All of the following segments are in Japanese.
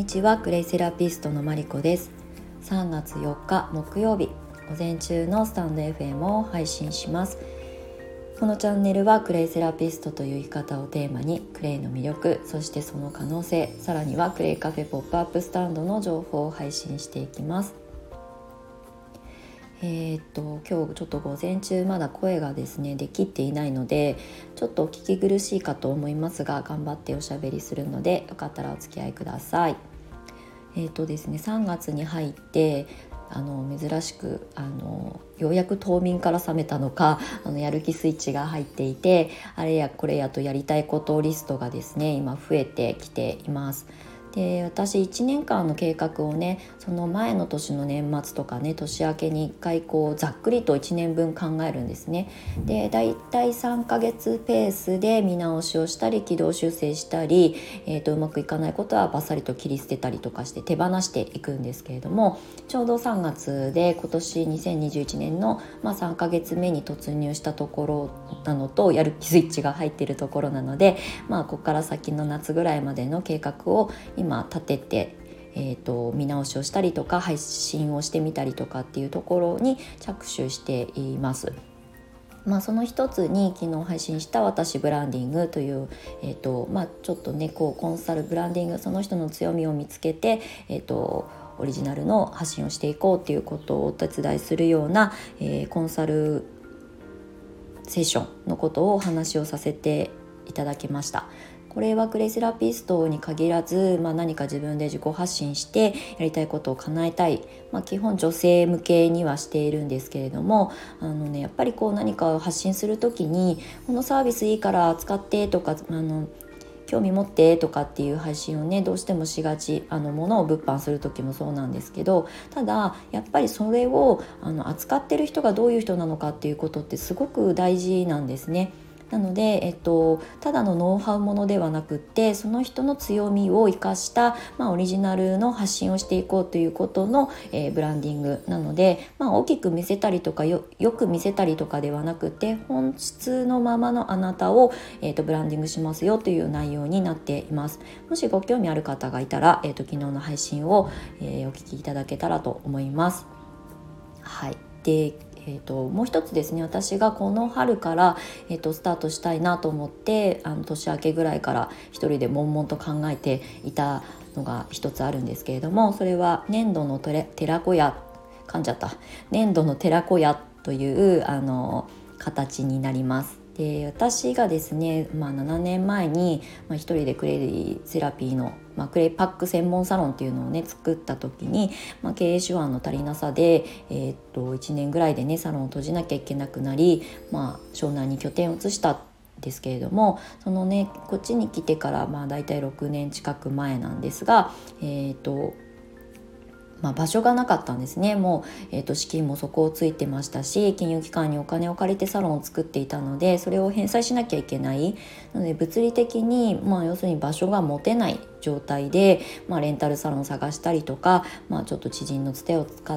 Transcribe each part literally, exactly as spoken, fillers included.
にちは、クレイセラピストのマリコです。さんがつよっか木曜日、午前中のスタンド エフエム を配信します。このチャンネルはクレイセラピストという生き方をテーマに、クレイの魅力、そしてその可能性、さらにはクレイカフェポップアップスタンドの情報を配信していきます。えー、っと今日ちょっと午前中まだ声がですねできていないので、ちょっとお聞き苦しいかと思いますが、頑張っておしゃべりするので、よかったらお付き合いください。えー、っとですねさんがつに入ってあの珍しくあのようやく冬眠から覚めたのか、あのやる気スイッチが入っていて、あれやこれやとやりたいことリストがですね今増えてきています。で私いちねんかんの計画をね、その前の年の年末とかね、年明けにいっかいこうざっくりといちねんぶん考えるんですね。でだいたいさんかげつペースで見直しをしたり軌道修正したり、えー、とうまくいかないことはバッサリと切り捨てたりとかして手放していくんですけれども、ちょうどさんがつで今年にせんにじゅういちねんの、まあ、さんかげつめに突入したところなのと、やる気スイッチが入っているところなので、まあ、ここから先の夏ぐらいまでの計画を今立てて、えーと、見直しをしたりとか配信をしてみたりとかっていうところに着手しています。まあ、その一つに昨日配信した私ブランディングという、えーとまあ、ちょっとねこうコンサルブランディング、その人の強みを見つけて、えーとオリジナルの発信をしていこうっていうことをお手伝いするような、えー、コンサルセッションのことをお話をさせていただきました。これはクレイセラピストに限らず、まあ、何か自分で自己発信してやりたいことを叶えたい、まあ、基本女性向けにはしているんですけれども、あの、ね、やっぱりこう何かを発信するときに、このサービスいいから使ってとか、あの興味持ってとかっていう配信をねどうしてもしがち、あの物を物販する時もそうなんですけど、ただやっぱりそれをあの扱ってる人がどういう人なのかっていうことってすごく大事なんですね。なので、えっと、ただのノウハウものではなくって、その人の強みを生かした、まあ、オリジナルの発信をしていこうということの、えー、ブランディングなので、まあ、大きく見せたりとか よ, よく見せたりとかではなくて、本質のままのあなたを、えーと、ブランディングしますよという内容になっています。もしご興味ある方がいたら、えーと、昨日の配信を、えー、お聞きいただけたらと思います。はい。でえー、ともう一つですね、私がこの春から、えー、とスタートしたいなと思って、あの年明けぐらいから一人で悶々と考えていたのが一つあるんですけれども、それは粘土の寺子屋噛んじゃった粘土の寺子屋というあの形になります。で私がですね、まあ、ななねんまえに、まあ、一人でクレイセラピーの、まあ、クレイパック専門サロンっていうのをね作った時に、まあ、経営手腕の足りなさで、えー、っといちねんぐらいでねサロンを閉じなきゃいけなくなり、まあ、湘南に拠点を移したんですけれども、そのねこっちに来てから、まあ、だいたいろくねん近く前なんですが、えー、っとまあ、場所がなかったんですね。もう、えーと、資金も底をついてましたし、金融機関にお金を借りてサロンを作っていたので、それを返済しなきゃいけないので、物理的に、まあ、要するに場所が持てない状態で、まあ、レンタルサロンを探したりとか、まあ、ちょっと知人のつてを使って、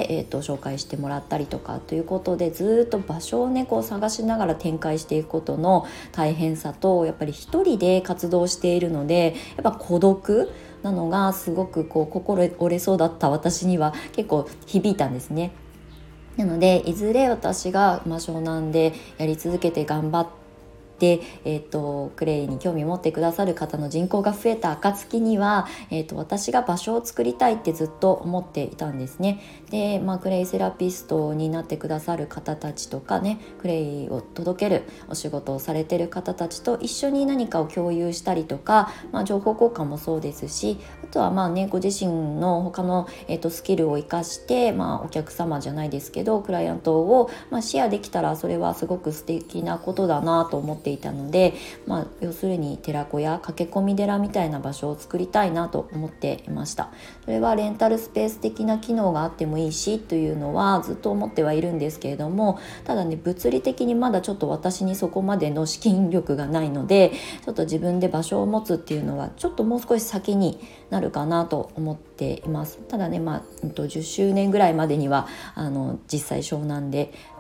えーと、紹介してもらったりとかということで、ずっと場所をねこう探しながら展開していくことの大変さと、やっぱり一人で活動しているので、やっぱ孤独なのがすごくこう心折れそうだった私には結構響いたんですね。なのでいずれ私が、まあ、湘南でやり続けて頑張ってで、えーと、クレイに興味を持ってくださる方の人口が増えた暁には、えーと、私が場所を作りたいってずっと思っていたんですね。で、まあ、クレイセラピストになってくださる方たちとかね、クレイを届けるお仕事をされている方たちと一緒に何かを共有したりとか、まあ、情報交換もそうですし、あとはまあねご自身の他の、えーと、スキルを生かして、まあ、お客様じゃないですけどクライアントを、まあ、シェアできたら、それはすごく素敵なことだなと思っていたので、まあ、要するに寺子屋、駆け込み寺みたいな場所を作りたいなと思っていました。それはレンタルスペース的な機能があってもいいしというのはずっと思ってはいるんですけれども、ただね物理的にまだちょっと私にそこまでの資金力がないので、ちょっと自分で場所を持つっていうのはちょっともう少し先になるかなと思っています。ただね、まあ、じゅっしゅうねんぐらいまでにはあの実際湘南で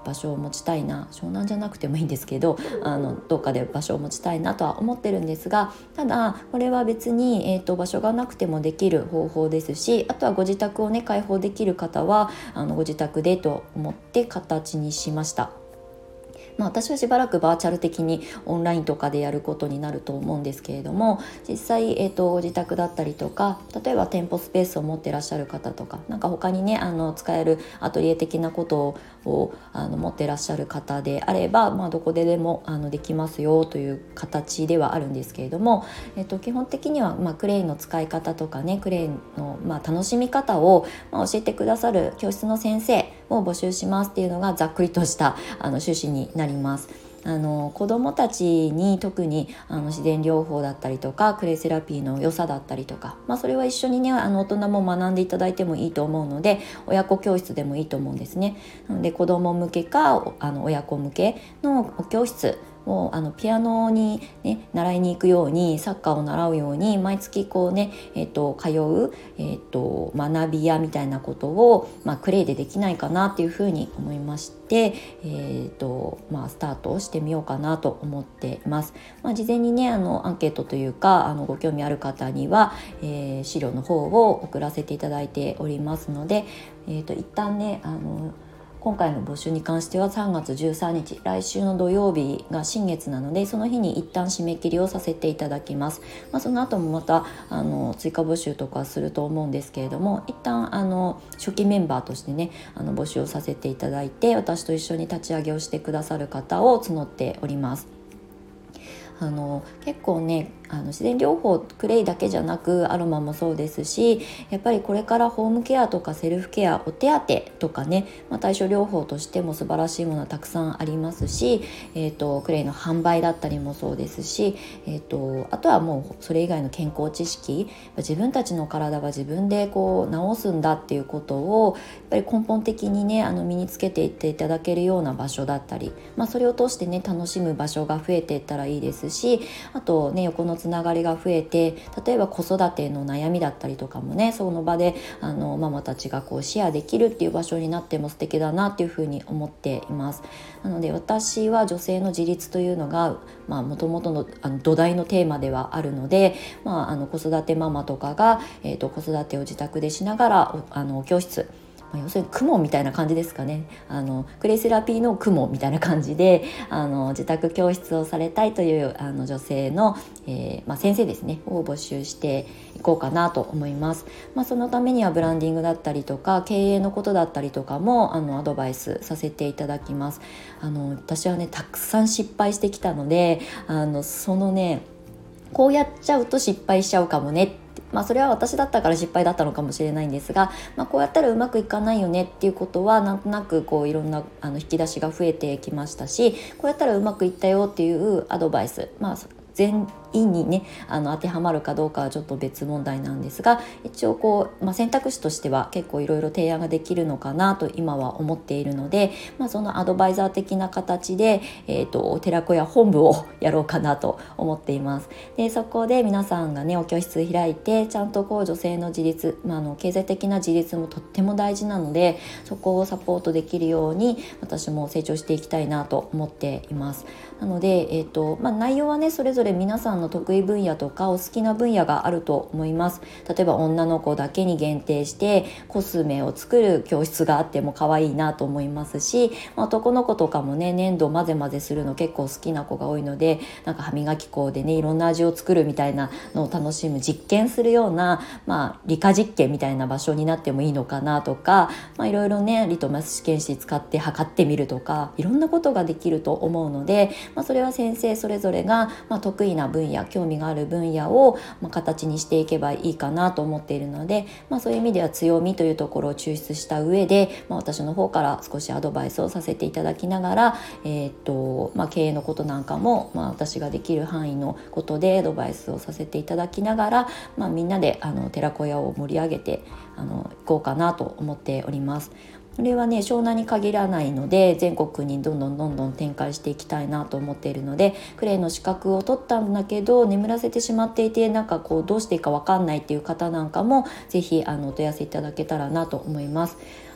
場所を持ちたいな、湘南じゃなくてもいいんですけど、あのどっかで場所を持ちたいなとは思ってるんですが、ただこれは別に、えーと、場所がなくてもできる方法ですし、あとはご自宅をね開放できる方はあのご自宅でと思って形にしました。まあ、私はしばらくバーチャル的にオンラインとかでやることになると思うんですけれども、実際、えーと、ご自宅だったりとか、例えば店舗スペースを持ってらっしゃる方とか、なんか他にねあの使えるアトリエ的なことをあの持ってらっしゃる方であれば、まあ、どこででもあのできますよという形ではあるんですけれども、えーと、基本的には、まあ、クレイの使い方とかね、クレイの、まあ、楽しみ方を、まあ、教えてくださる教室の先生を募集しますっていうのがざっくりとしたあの趣旨になります。あの子どもたちに特にあの自然療法だったりとかクレイセラピーの良さだったりとか、まあ、それは一緒にねあの大人も学んでいただいてもいいと思うので、親子教室でもいいと思うんですね。なので子ども向けかあの親子向けのお教室をあのピアノに、ね、習いに行くように、サッカーを習うように毎月こうね、えー、と通う、えー、と学び屋みたいなことを、まあ、クレイでできないかなっていうふうに思いまして、えーとまあ、スタートをしてみようかなと思っています。まあ、事前にねあのアンケートというかあのご興味ある方には、えー、資料の方を送らせていただいておりますので、えー、と一旦ねあの今回の募集に関してはさんがつじゅうさんにち、来週の土曜日が新月なので、その日に一旦締め切りをさせていただきます。まあ、その後もまたあの追加募集とかすると思うんですけれども、一旦あの初期メンバーとしてねあの募集をさせていただいて、私と一緒に立ち上げをしてくださる方を募っております。あの結構ねあの自然療法クレイだけじゃなくアロマもそうですし、やっぱりこれからホームケアとかセルフケア、お手当とかね、まあ、対処療法としても素晴らしいものはたくさんありますし、えーと、クレイの販売だったりもそうですし、えーと、あとはもうそれ以外の健康知識、自分たちの体は自分でこう治すんだっていうことをやっぱり根本的にねあの身につけていっていただけるような場所だったり、まあ、それを通してね楽しむ場所が増えていったらいいですし、あとね横のつながりが増えて、例えば子育ての悩みだったりとかもねその場であのママたちがこうシェアできるっていう場所になっても素敵だなっていうふうに思っています。なので私は女性の自立というのがもともとのあの土台のテーマではあるので、まあ、あの子育てママとかが、えーと、子育てを自宅でしながらおあの教室、要するに雲みたいな感じですかね。あのクレイセラピーの雲みたいな感じであの自宅教室をされたいというあの女性の、えーまあ、先生ですねを募集していこうかなと思います。まあ、そのためにはブランディングだったりとか経営のことだったりとかもあのアドバイスさせていただきます。あの私はねたくさん失敗してきたので、あのそのねこうやっちゃうと失敗しちゃうかもねって、まあ、それは私だったから失敗だったのかもしれないんですが、まあ、こうやったらうまくいかないよねっていうことはなんとなくこういろんなあの引き出しが増えてきましたし、こうやったらうまくいったよっていうアドバイス、まあ全員にねあの当てはまるかどうかはちょっと別問題なんですが、一応こう、まあ、選択肢としては結構いろいろ提案ができるのかなと今は思っているので、まあ、そのアドバイザー的な形で、えーと、寺子屋本部をやろうかなと思っています。でそこで皆さんがねお教室開いてちゃんとこう女性の自立、まあ、あの経済的な自立もとっても大事なので、そこをサポートできるように私も成長していきたいなと思っています。なので、えーとまあ、内容はねそれぞれ皆さんの得意分野とかお好きな分野があると思います。例えば女の子だけに限定してコスメを作る教室があっても可愛いなと思いますし、まあ、男の子とかもね粘土混ぜ混ぜするの結構好きな子が多いので、なんか歯磨き粉でねいろんな味を作るみたいなのを楽しむ実験するような、まあ、理科実験みたいな場所になってもいいのかなとか、まあ、いろいろねリトマス試験紙使って測ってみるとかいろんなことができると思うので、まあ、それは先生それぞれが、まあ、得意な分野興味がある分野を、まあ、形にしていけばいいかなと思っているので、まあ、そういう意味では強みというところを抽出した上で、まあ、私の方から少しアドバイスをさせていただきながら、えーっとまあ、経営のことなんかも、まあ、私ができる範囲のことでアドバイスをさせていただきながら、まあ、みんなであの寺子屋を盛り上げてあのいこうかなと思っております。これはね湘南に限らないので全国にどんどんどんどん展開していきたいなと思っているので、クレイの資格を取ったんだけど眠らせてしまっていてなんかこうどうしていいか分かんないっていう方なんかもぜひあのお問い合わせいただけたらなと思います。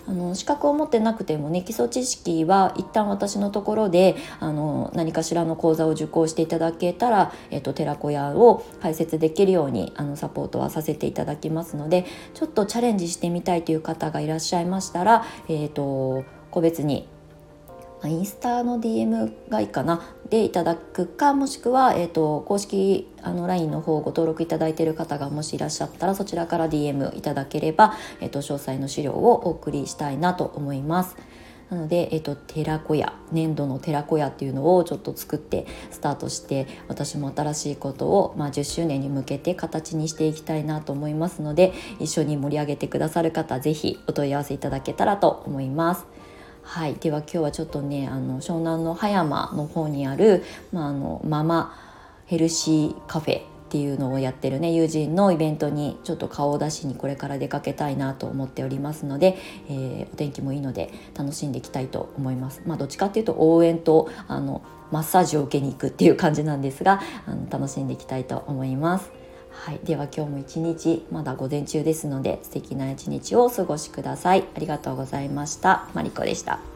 あの資格を持ってなくてもね、基礎知識は一旦私のところであの何かしらの講座を受講していただけたら、えっと、寺子屋を開設できるようにあのサポートはさせていただきますので、ちょっとチャレンジしてみたいという方がいらっしゃいましたら、えっと、個別にインスタの ディーエム がいいかなでいただくか、もしくは、えーと、公式あの ライン の方をご登録いただいている方がもしいらっしゃったら、そちらから ディーエム いただければ、えーと、詳細の資料をお送りしたいなと思います。なので、えーと、寺子屋、粘土の寺子屋っていうのをちょっと作ってスタートして、私も新しいことを、まあ、じゅっしゅうねんに向けて形にしていきたいなと思いますので、一緒に盛り上げてくださる方、ぜひお問い合わせいただけたらと思います。はい、では今日はちょっとね、あの湘南の葉山の方にある、まあ、あのママヘルシーカフェっていうのをやってるね、友人のイベントにちょっと顔を出しにこれから出かけたいなと思っておりますので、えー、お天気もいいので楽しんでいきたいと思います。まあ、どっちかっていうと応援とあのマッサージを受けに行くっていう感じなんですが、あの楽しんでいきたいと思います。はい、では今日も一日、まだ午前中ですので素敵な一日をお過ごしください。ありがとうございました。マリコでした。